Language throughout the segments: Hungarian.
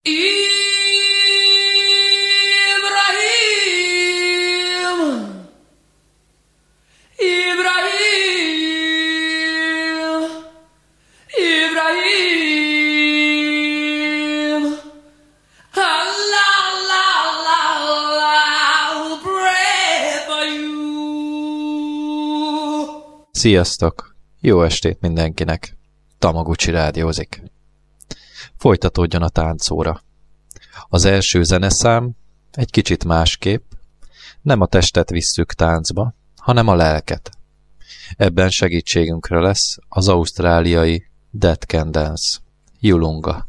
Sziasztok! Jó estét mindenkinek! Tamaguchi rádiózik. Folytatódjon a táncóra. Az első zeneszám egy kicsit másképp, nem a testet visszük táncba, hanem a lelket. Ebben segítségünkre lesz az ausztráliai Dead Can Dance, Yulunga.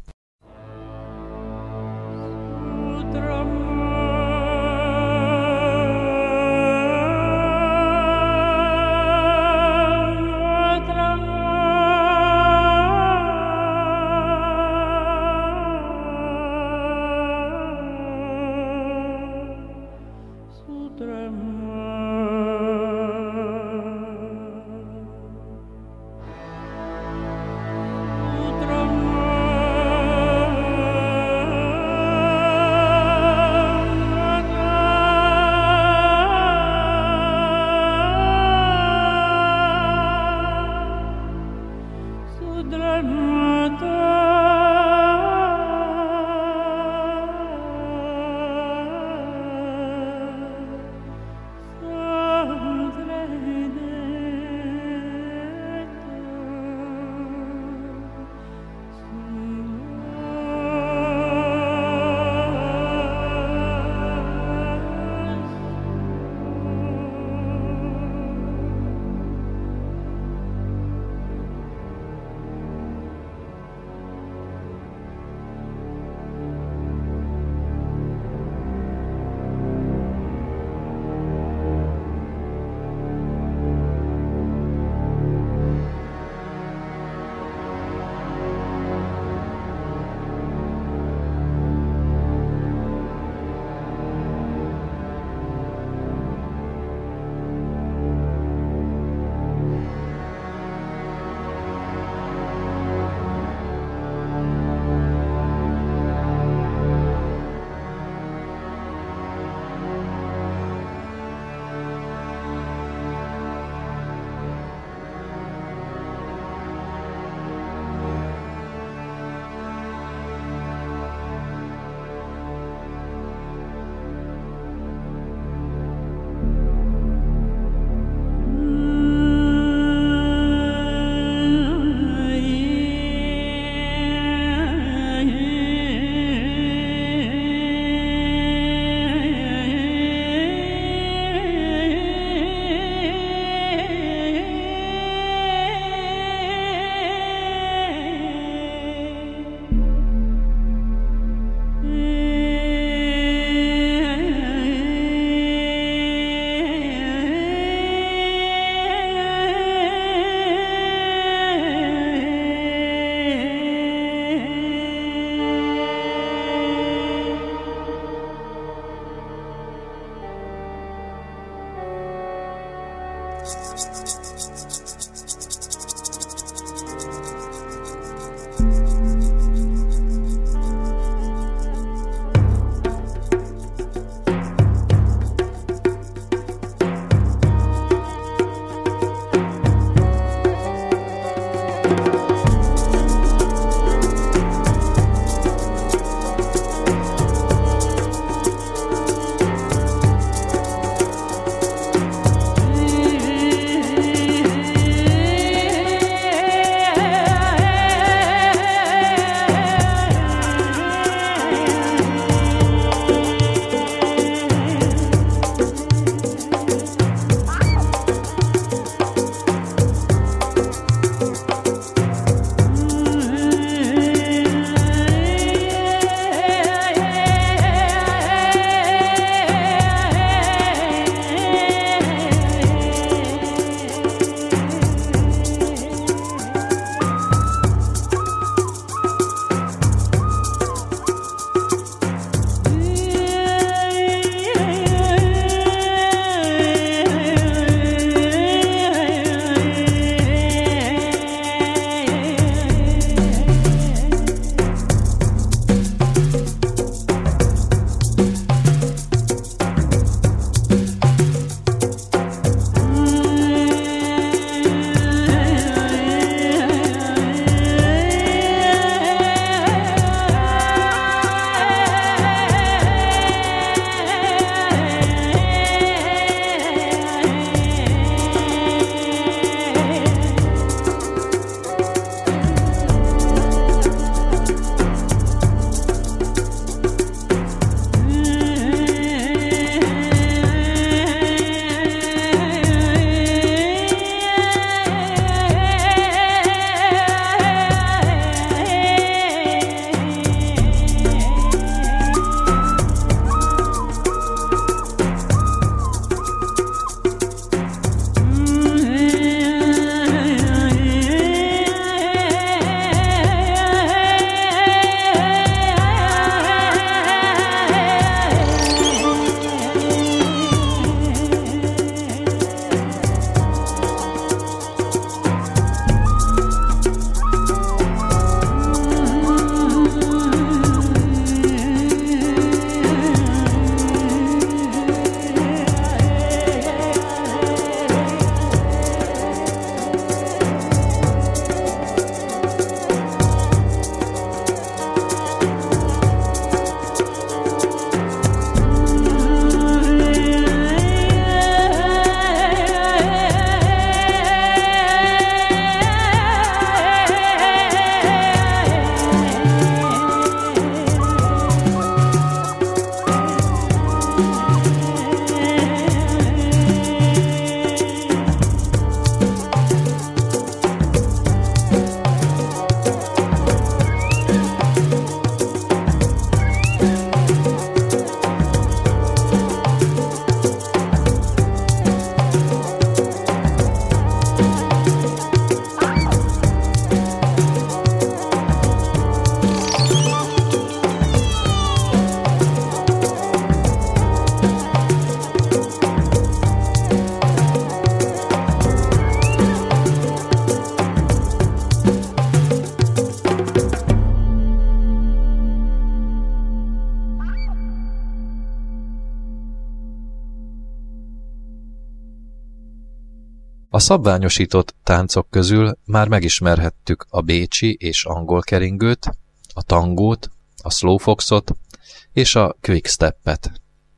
A szabványosított táncok közül már megismerhettük a bécsi és angol keringőt, a tangót, a slowfoxot és a quickstepet.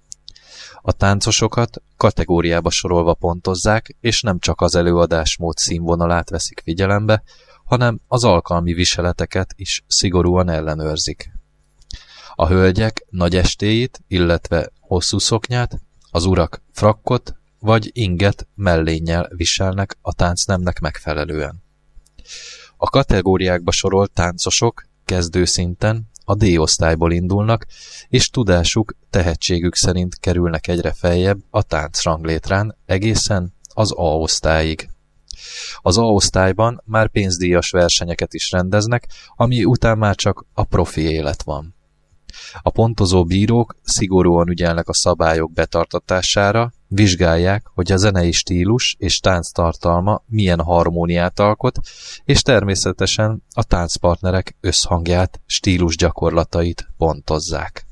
A táncosokat kategóriába sorolva pontozzák, és nem csak az előadásmód színvonalát veszik figyelembe, hanem az alkalmi viseleteket is szigorúan ellenőrzik. A hölgyek nagy estéit, illetve hosszú szoknyát, az urak frakkot vagy inget mellénnyel viselnek a táncnemnek megfelelően. A kategóriákba sorolt táncosok kezdőszinten a D-osztályból indulnak, és tudásuk, tehetségük szerint kerülnek egyre feljebb a táncranglétrán egészen az A-osztályig. Az A-osztályban már pénzdíjas versenyeket is rendeznek, ami után már csak a profi élet van. A pontozó bírók szigorúan ügyelnek a szabályok betartatására, vizsgálják, hogy a zenei stílus és tánctartalma milyen harmóniát alkot, és természetesen a táncpartnerek összhangját, stílus gyakorlatait pontozzák.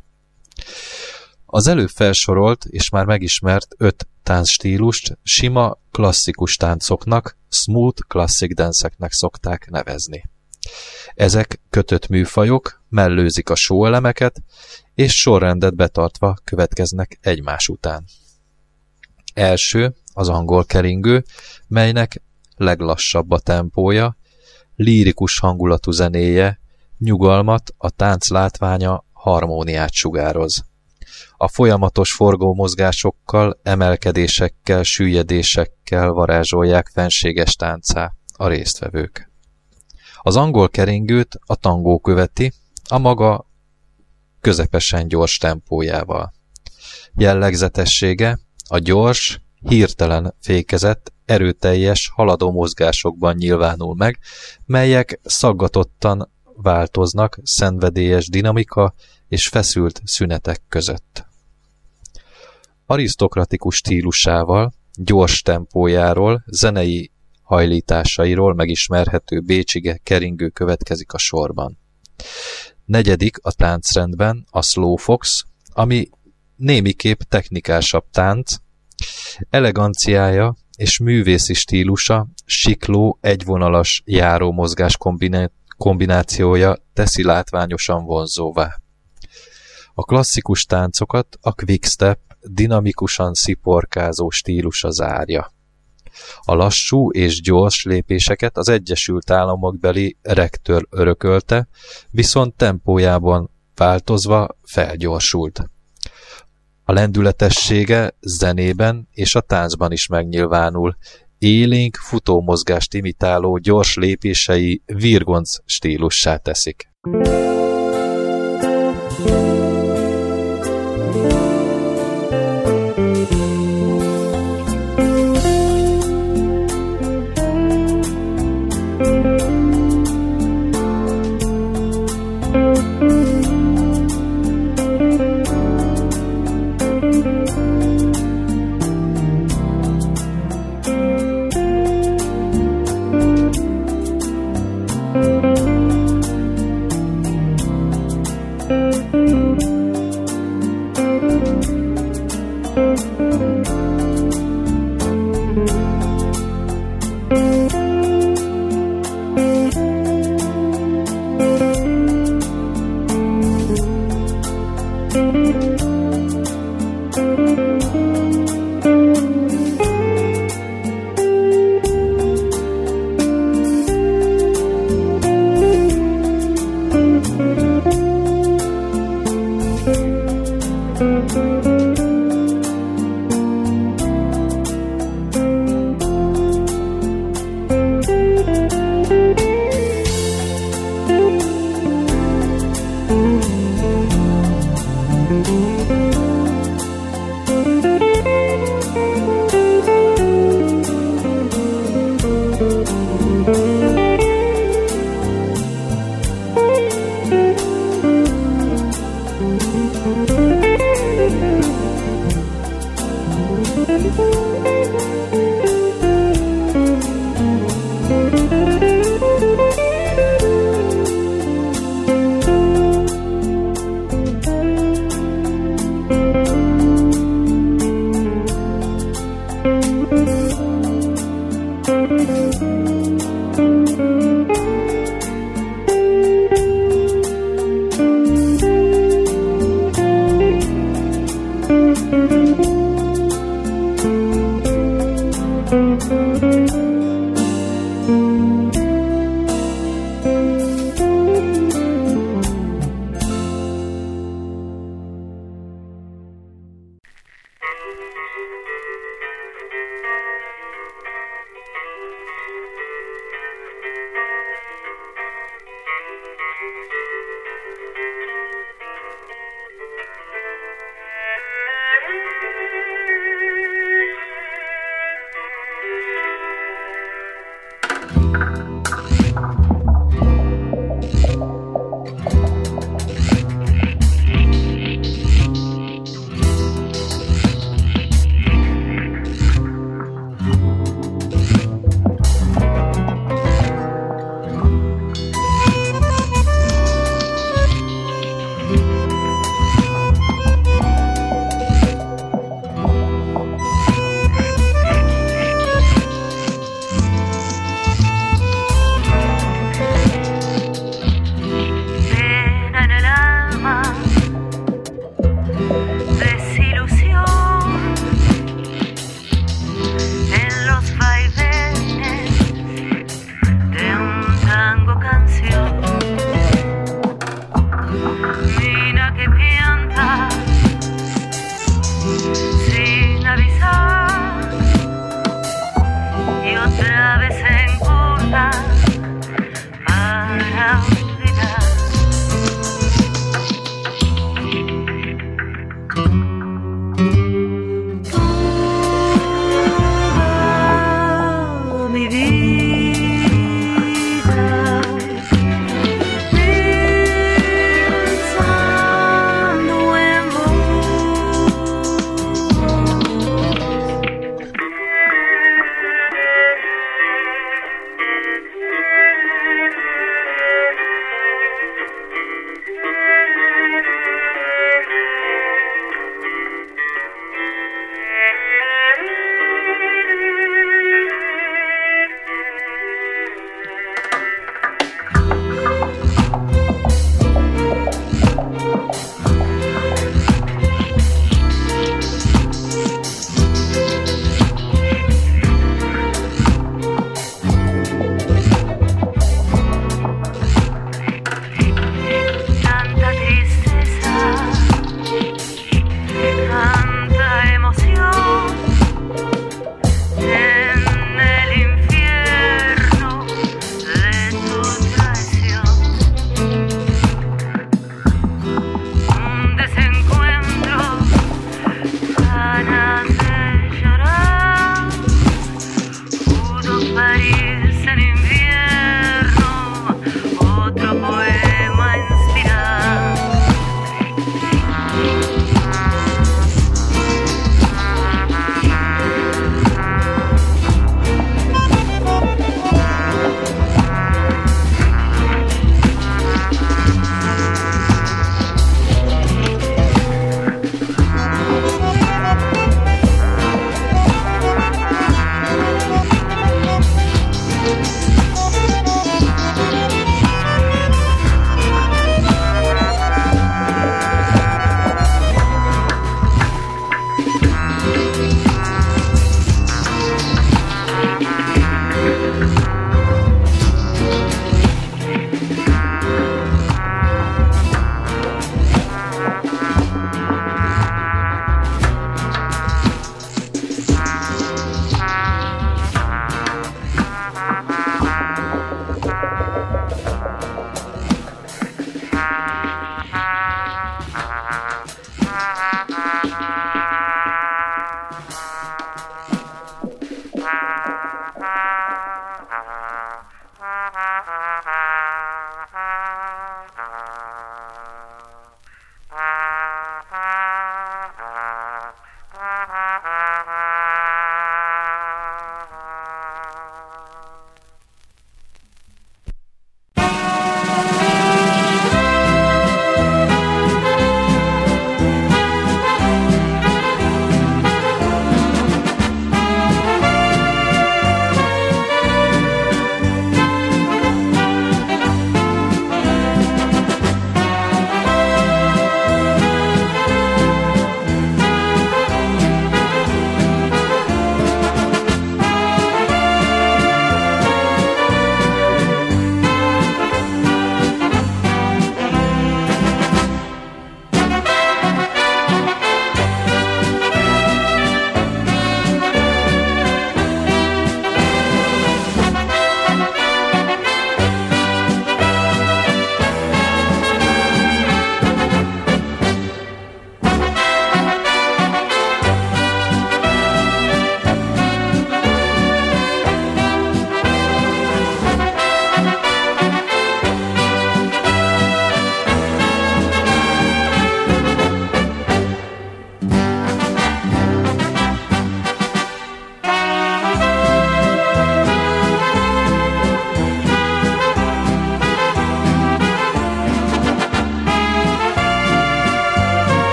Az előbb felsorolt és már megismert 5 táncstílust sima klasszikus táncoknak, smooth classic dance-eknek szokták nevezni. Ezek kötött műfajok, mellőzik a sóelemeket, és sorrendet betartva következnek egymás után. Első az angol keringő, melynek leglassabb a tempója, lírikus hangulatú zenéje, nyugalmat, a tánc látványa, harmóniát sugároz. A folyamatos forgómozgásokkal, emelkedésekkel, süllyedésekkel varázsolják fenséges táncá a résztvevők. Az angol keringőt a tangó követi, a maga közepesen gyors tempójával. Jellegzetessége a gyors, hirtelen fékezett, erőteljes, haladó mozgásokban nyilvánul meg, melyek szaggatottan változnak szenvedélyes dinamika és feszült szünetek között. Arisztokratikus stílusával, gyors tempójáról, zenei hajlításairól megismerhető bécsi keringő következik a sorban. Negyedik a táncrendben a slowfox, ami némiképp technikásabb tánc, eleganciája és művészi stílusa, sikló, egyvonalas járómozgás kombinációja teszi látványosan vonzóvá. A klasszikus táncokat a quickstep dinamikusan sziporkázó stílusa zárja. A lassú és gyors lépéseket az Egyesült Államokbeli Rector örökölte, viszont tempójában változva felgyorsult. A lendületessége zenében és a táncban is megnyilvánul, élénk futómozgást imitáló gyors lépései virgonc stílussá teszik.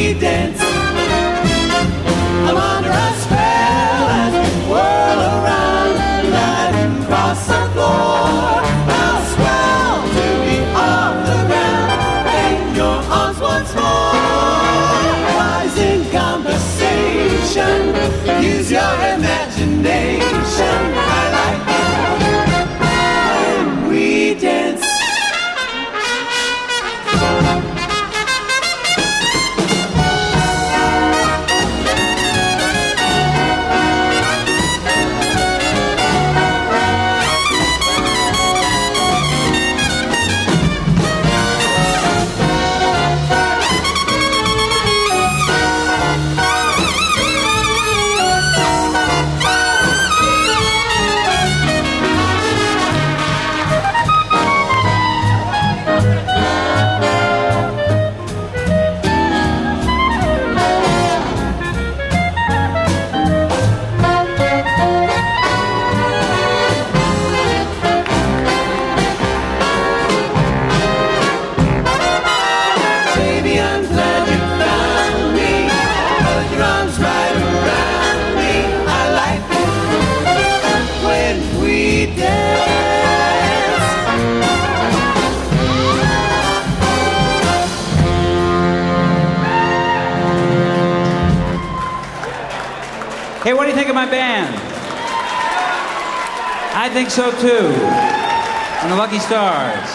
we dance. I'm under a spell as we whirl around and cross the floor. I'll swell to be off the ground in your arms once more. Rising conversation, use your imagination. I like when we dance. Hey, what do you think of my band? I think so too. And the Lucky Stars.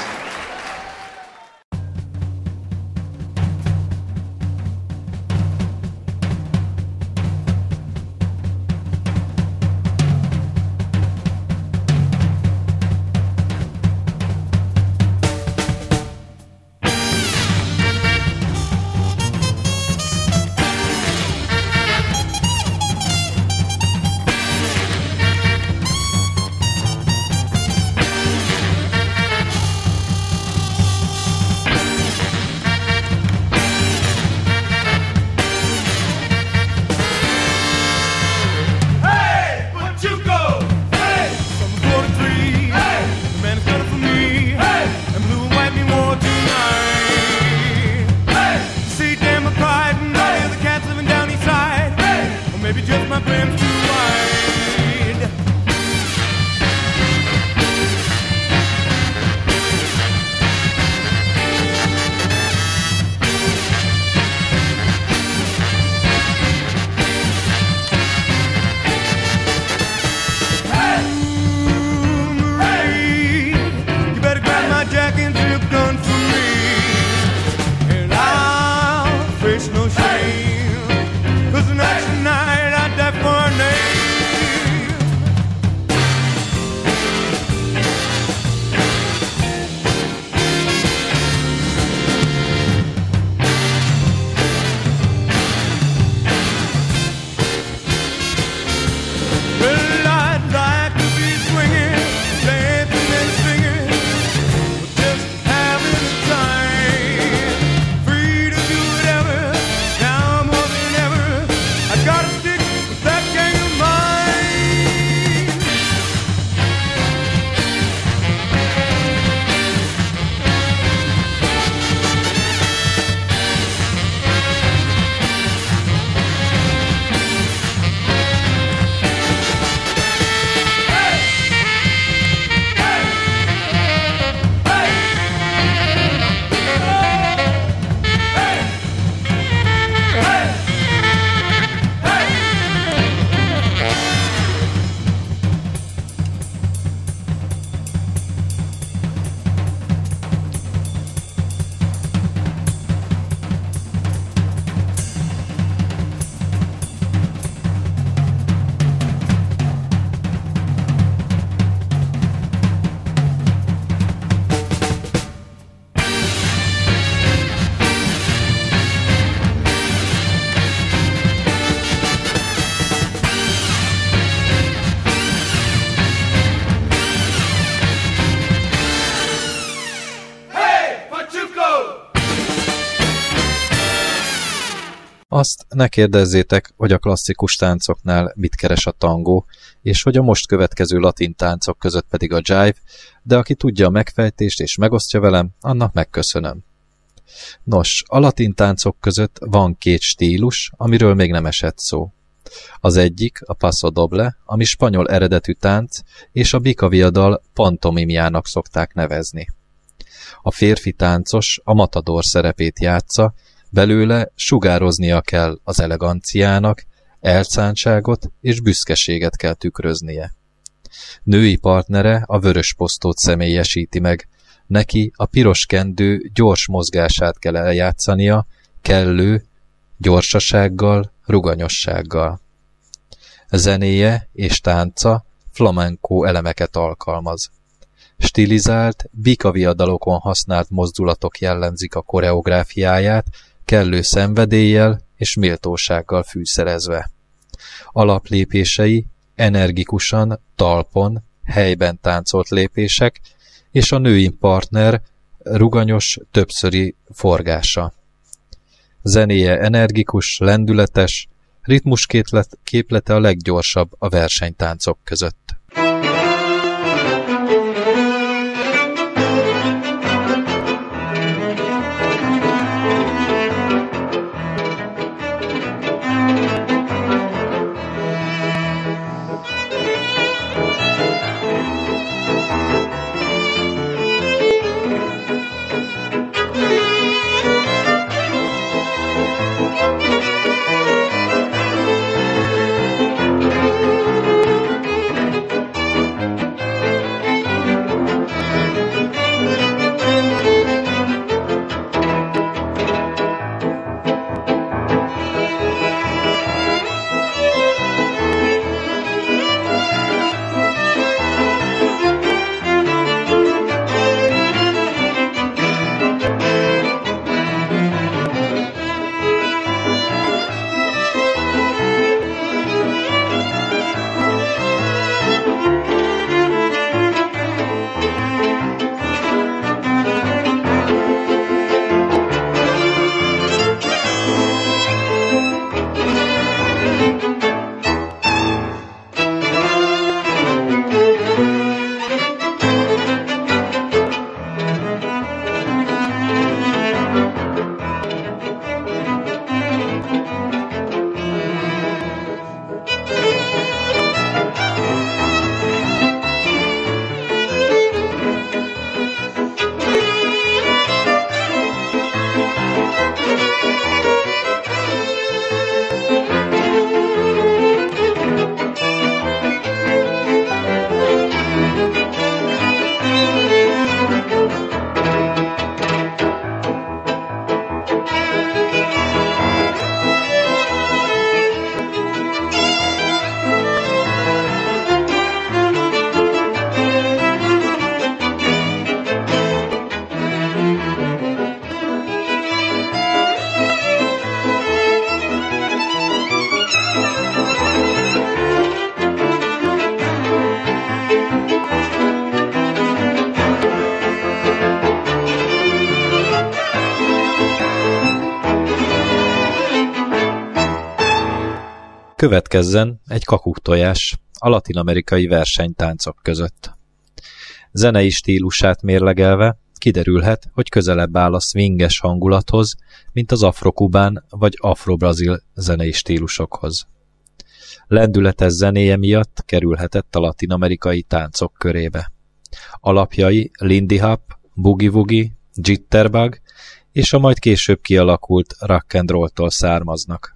Azt ne kérdezzétek, hogy a klasszikus táncoknál mit keres a tangó, és hogy a most következő latin táncok között pedig a jive, de aki tudja a megfejtést és megosztja velem, annak megköszönöm. Nos, a latin táncok között van két stílus, amiről még nem esett szó. Az egyik a paso doble, ami spanyol eredetű tánc, és a bikaviadal pantomimjának szokták nevezni. A férfi táncos a matador szerepét játsza, belőle sugároznia kell az eleganciának, elszántságot és büszkeséget kell tükröznie. Női partnere a vörös posztót személyesíti meg, neki a piros kendő gyors mozgását kell eljátszania, kellő gyorsasággal, ruganyossággal. Zenéje és tánca flamenco elemeket alkalmaz. Stilizált, bikaviadalokon használt mozdulatok jellemzik a koreográfiáját, kellő szenvedéllyel és méltósággal fűszerezve. Alaplépései energikusan, talpon, helyben táncolt lépések, és a női partner ruganyos, többszöri forgása. Zenéje energikus, lendületes, ritmus képlete a leggyorsabb a versenytáncok között. Következzen egy kakuktojás a latin-amerikai versenytáncok között. Zenei stílusát mérlegelve kiderülhet, hogy közelebb áll a swinges hangulathoz, mint az afrokubán vagy afrobrazil zenei stílusokhoz. Lendületes zenéje miatt kerülhetett a latin-amerikai táncok körébe. Alapjai lindy hop, boogie-woogie, jitterbug és a majd később kialakult rock and roll-tól származnak.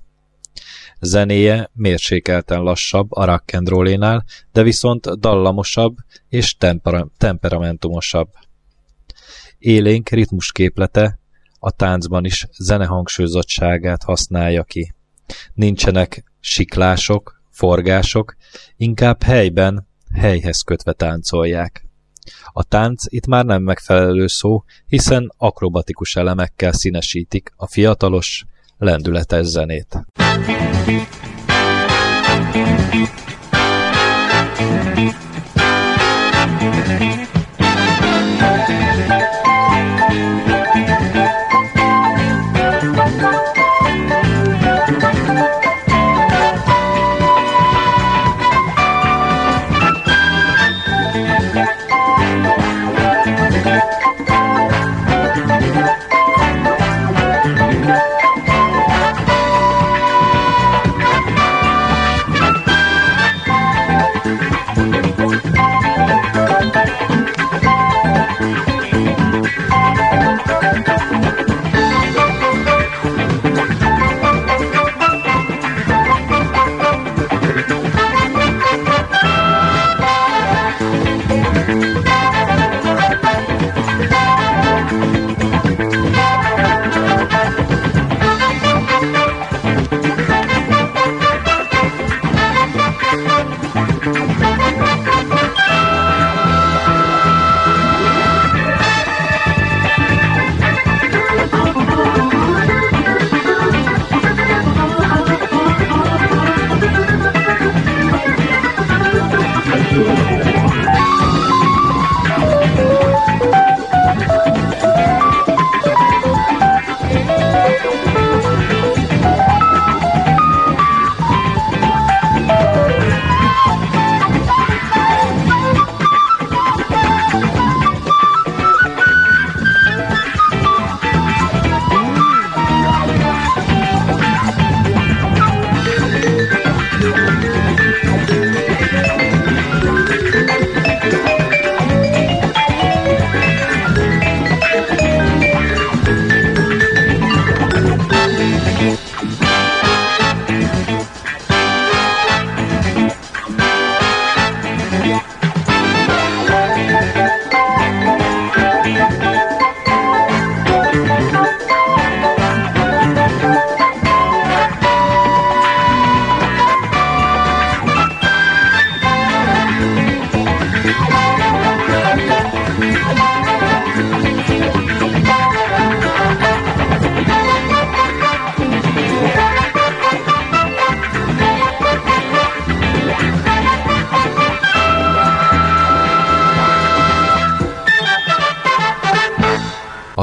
Zenéje mérsékelten lassabb a rock and rollénál, de viszont dallamosabb és temperamentumosabb. Élénk ritmusképlete a táncban is zenehangsúlyozottságát használja ki. Nincsenek siklások, forgások, inkább helyhez kötve táncolják. A tánc itt már nem megfelelő szó, hiszen akrobatikus elemekkel színesítik a fiatalos, lendületes zenét.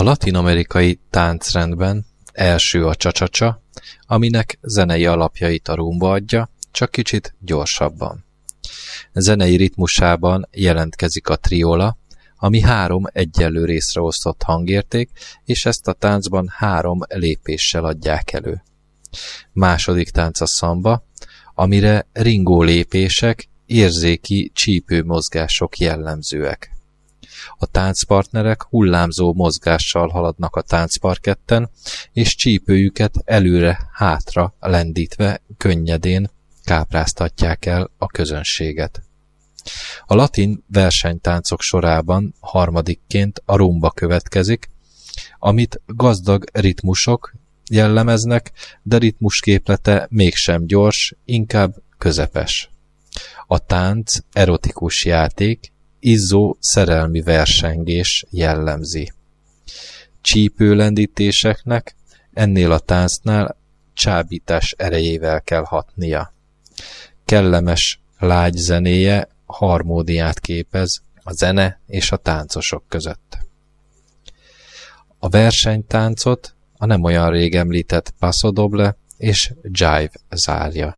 A latin-amerikai táncrendben első a csa-csa-csa, aminek zenei alapjait a rumba adja, csak kicsit gyorsabban. Zenei ritmusában jelentkezik a triola, ami 3 egyenlő részre osztott hangérték, és ezt a táncban 3 lépéssel adják elő. Második tánc a szamba, amire ringó lépések, érzéki csípőmozgások jellemzőek. A táncpartnerek hullámzó mozgással haladnak a táncparketten, és csípőjüket előre-hátra lendítve könnyedén kápráztatják el a közönséget. A latin versenytáncok sorában harmadikként a rumba következik, amit gazdag ritmusok jellemeznek, de ritmusképlete mégsem gyors, inkább közepes. A tánc erotikus játék, izzó szerelmi versengés jellemzi. Csípőlendítéseknek ennél a táncnál csábítás erejével kell hatnia. Kellemes, lágy zenéje harmóniát képez a zene és a táncosok között. A versenytáncot a nem olyan rég említett Paso Doble és Jive zárja.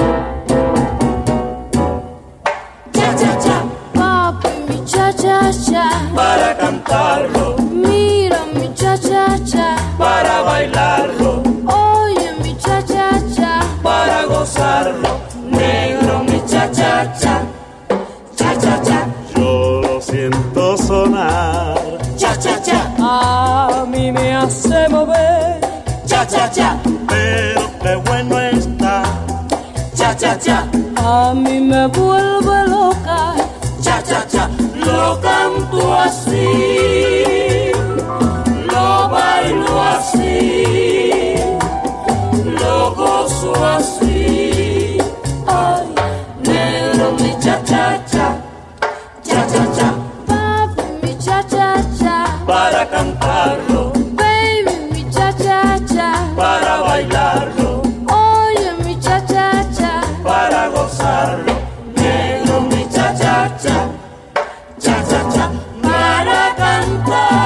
Para cantarlo, Mira mi cha-cha-cha, para bailarlo, oye mi cha-cha-cha, para gozarlo, negro mi cha-cha-cha, cha-cha-cha, yo lo siento sonar, cha-cha-cha, a mí me hace mover, cha-cha-cha, pero qué bueno está, cha-cha-cha, a mí me vuelve loca, cha-cha-cha, lo canto así, lo bailo así, lo gozo así. ay, Negro mi cha-cha-cha, cha-cha-cha, papi mi cha-cha-cha, para cantarlo, baby mi cha-cha-cha, para bailarlo, oye mi cha-cha-cha, para gozarlo. Negro mi cha-cha-cha, cha-cha-cha, para cantar.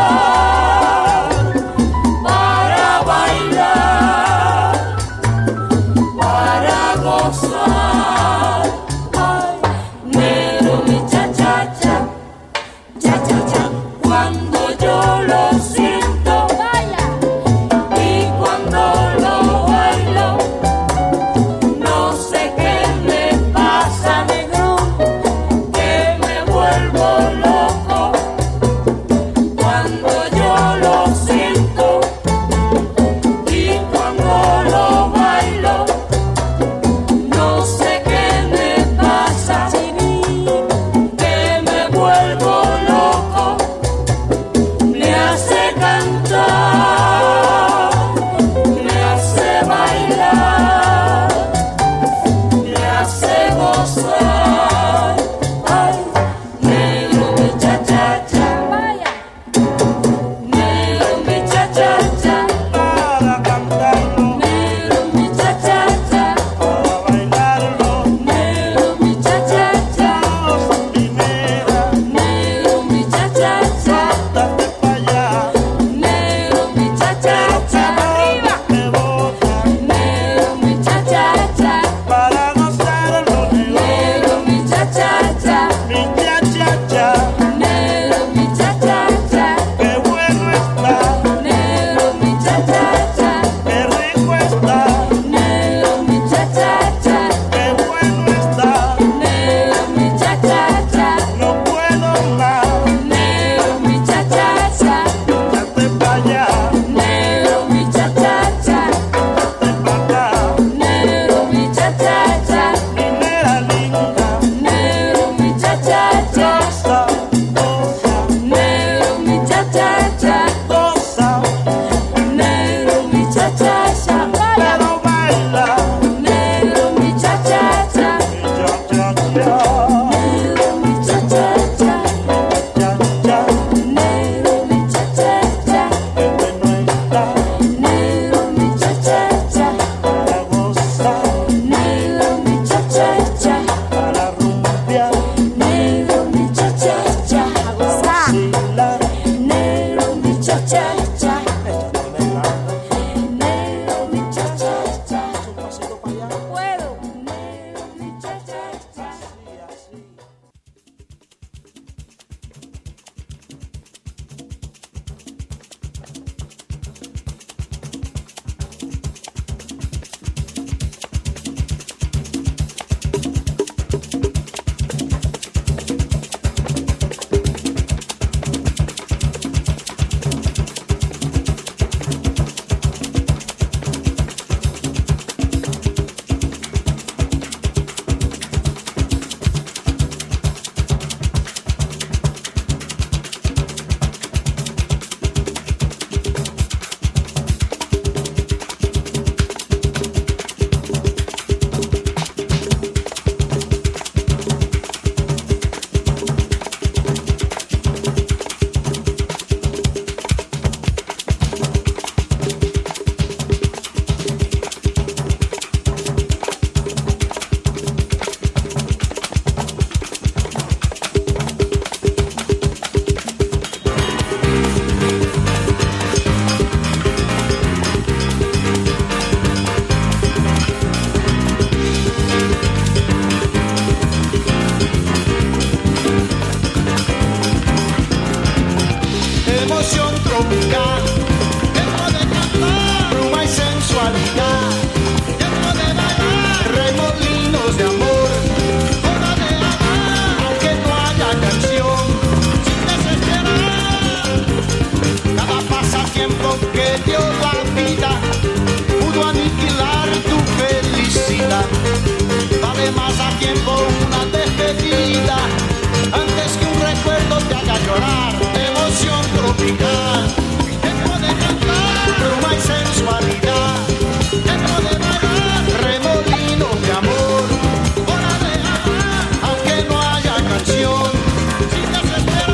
tiempo una despedida, antes que un recuerdo te haga llorar. Emoción tropical, tiempo de cantar, bruma y sensualidad, tiempo de bailar, remolinos de amor, hora de amar, aunque no haya canción, sin desesperar.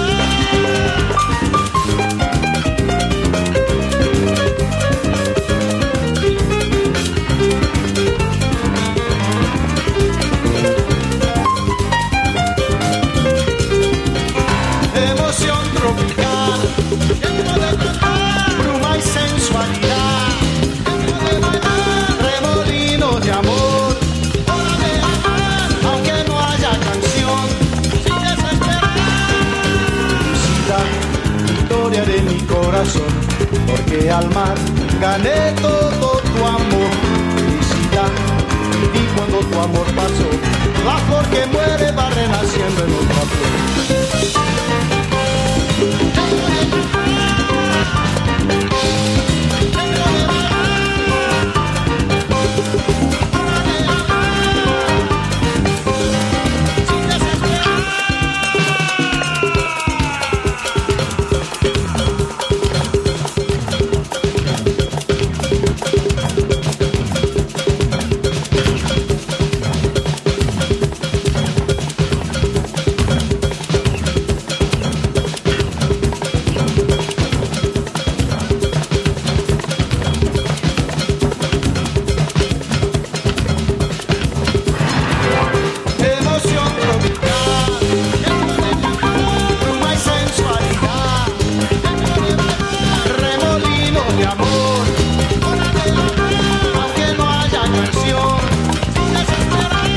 Emoción tropical, tiempo de cantar, bruma y sensualidad, tiempo de bailar, remolinos de amor, hora de amar, aunque no haya canción, sin desesperar. Felicidad, victoria de mi corazón, porque al mar gané todo tu amor. Felicidad, viví cuando tu amor pasó, la flor que muere va renaciendo en otra flor. Emoción tropical, tiempo de cantar, bruma y sensualidad, tiempo de bailar, remolinos de amor, hora de amar, aunque no haya canción, sin desesperar.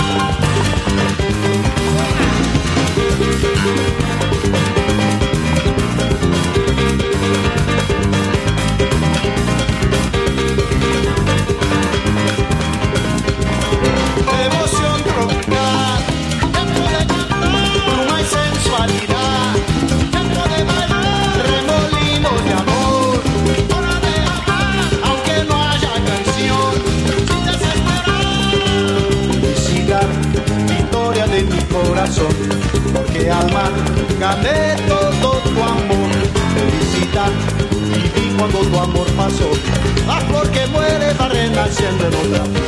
Emoción tropical, tiempo de cantar, bruma y sensualidad, tiempo de bailar, remolinos de amor, hora de amar, aunque no haya canción, sin desesperar. Felicidad, victoria de mi corazón, porque al mar gané todo tu amor. Felicidad, viví cuando tu amor pasó, la flor que muere va renaciendo en otra flor.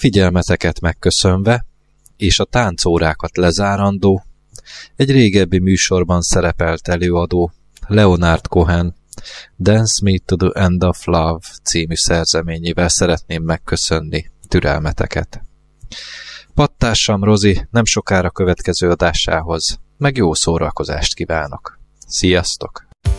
Figyelmeteket megköszönve, és a táncórákat lezárandó, egy régebbi műsorban szerepelt előadó, Leonard Cohen, Dance Me to the End of Love című szerzeményével szeretném megköszönni türelmeteket. Pattársam Rozi nem sokára következő adásához, meg jó szórakozást kívánok. Sziasztok!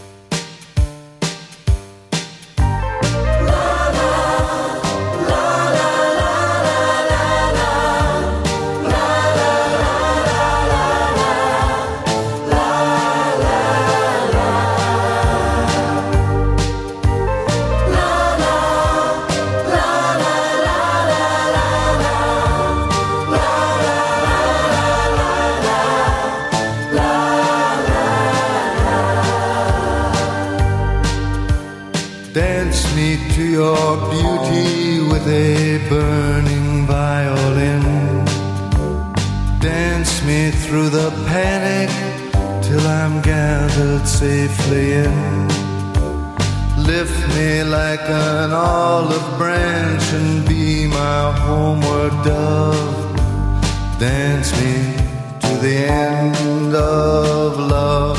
Your beauty with a burning violin. Dance me through the panic till I'm gathered safely in. Lift me like an olive branch and be my homeward dove. Dance me to the end of love.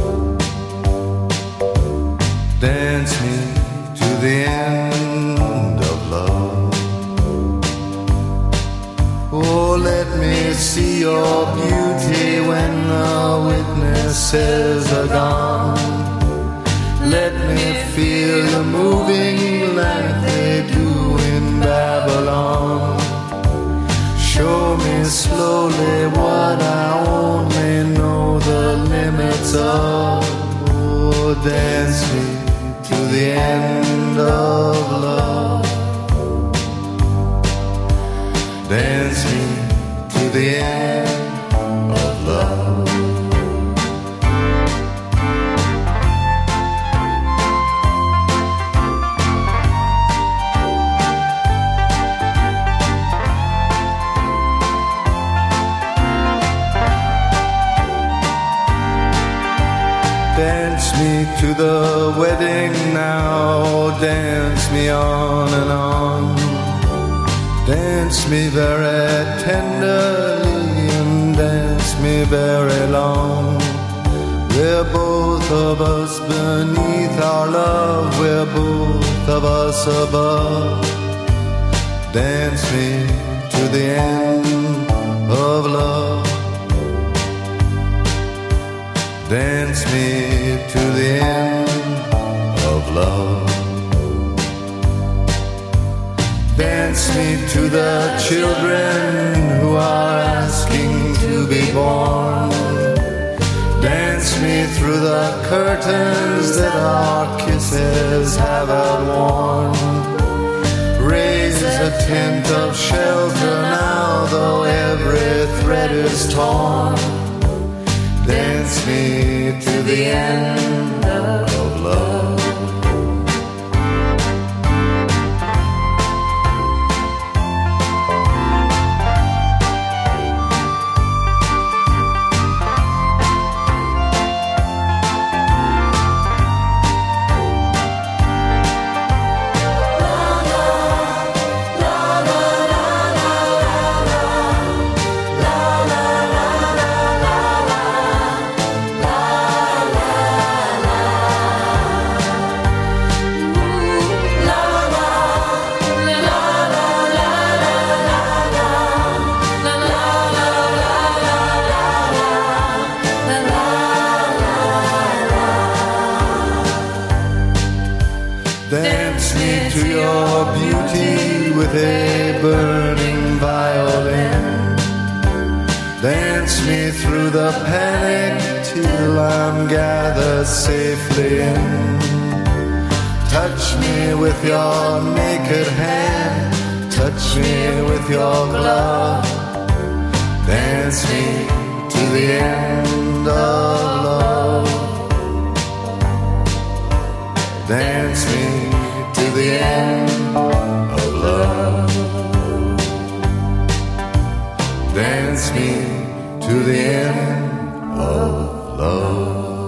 Dance me to the end of love. Oh, let me see your beauty when the witnesses are gone. Let me feel you moving like they do in Babylon. Show me slowly what I only know the limits of. Oh, dance me to the end of love. Dance me to the end of love. Dance me to the wedding now, dance me on and on. Dance me very tenderly and dance me very long. We're both of us beneath our love, we're both of us above. Dance me to the end of love. Dance me to the end of love. Dance me to the children who are asking to be born. Dance me through the curtains that our kisses have outworn. Raise a tent of shelter now, though every thread is torn. Dance me to the end of love. Dance me to your beauty with a burning violin. Dance me through the panic till I'm gathered safely in. Touch me with your naked hand, touch me with your glove. Dance me to the end of love. Dance me to the end of love. Dance me to the end of love.